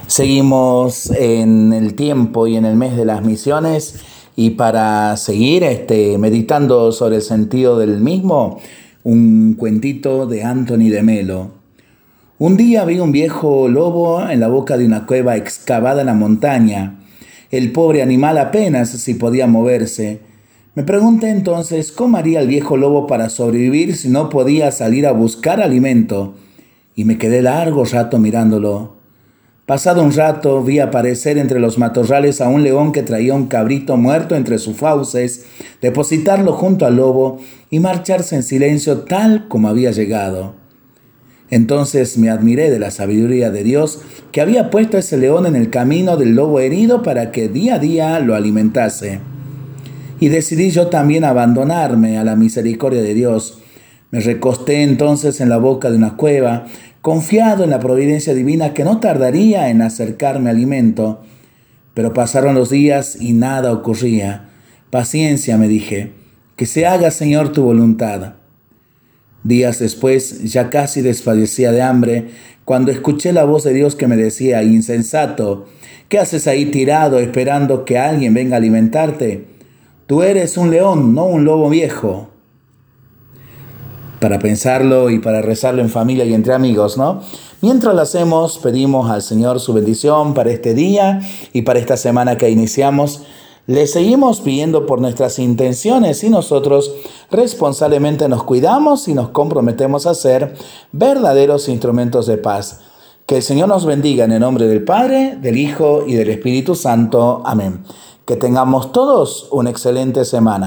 Seguimos en el tiempo y en el mes de las misiones, y para seguir meditando sobre el sentido del mismo, un cuentito de Anthony de Melo. Un día vi un viejo lobo en la boca de una cueva excavada en la montaña. El pobre animal apenas si podía moverse. Me pregunté entonces cómo haría el viejo lobo para sobrevivir si no podía salir a buscar alimento, y me quedé largo rato mirándolo. Pasado un rato vi aparecer entre los matorrales a un león que traía un cabrito muerto entre sus fauces, depositarlo junto al lobo y marcharse en silencio tal como había llegado. Entonces me admiré de la sabiduría de Dios, que había puesto a ese león en el camino del lobo herido para que día a día lo alimentase. Y decidí yo también abandonarme a la misericordia de Dios. Me recosté entonces en la boca de una cueva, confiado en la providencia divina que no tardaría en acercarme alimento. Pero pasaron los días y nada ocurría. Paciencia, me dije, que se haga, Señor, tu voluntad. Días después, ya casi desfallecía de hambre, cuando escuché la voz de Dios que me decía: insensato, ¿qué haces ahí tirado esperando que alguien venga a alimentarte? Tú eres un león, no un lobo viejo. Para pensarlo y para rezarlo en familia y entre amigos, ¿no? Mientras lo hacemos, pedimos al Señor su bendición para este día y para esta semana que iniciamos. Le seguimos pidiendo por nuestras intenciones y nosotros responsablemente nos cuidamos y nos comprometemos a ser verdaderos instrumentos de paz. Que el Señor nos bendiga en el nombre del Padre, del Hijo y del Espíritu Santo. Amén. Que tengamos todos una excelente semana.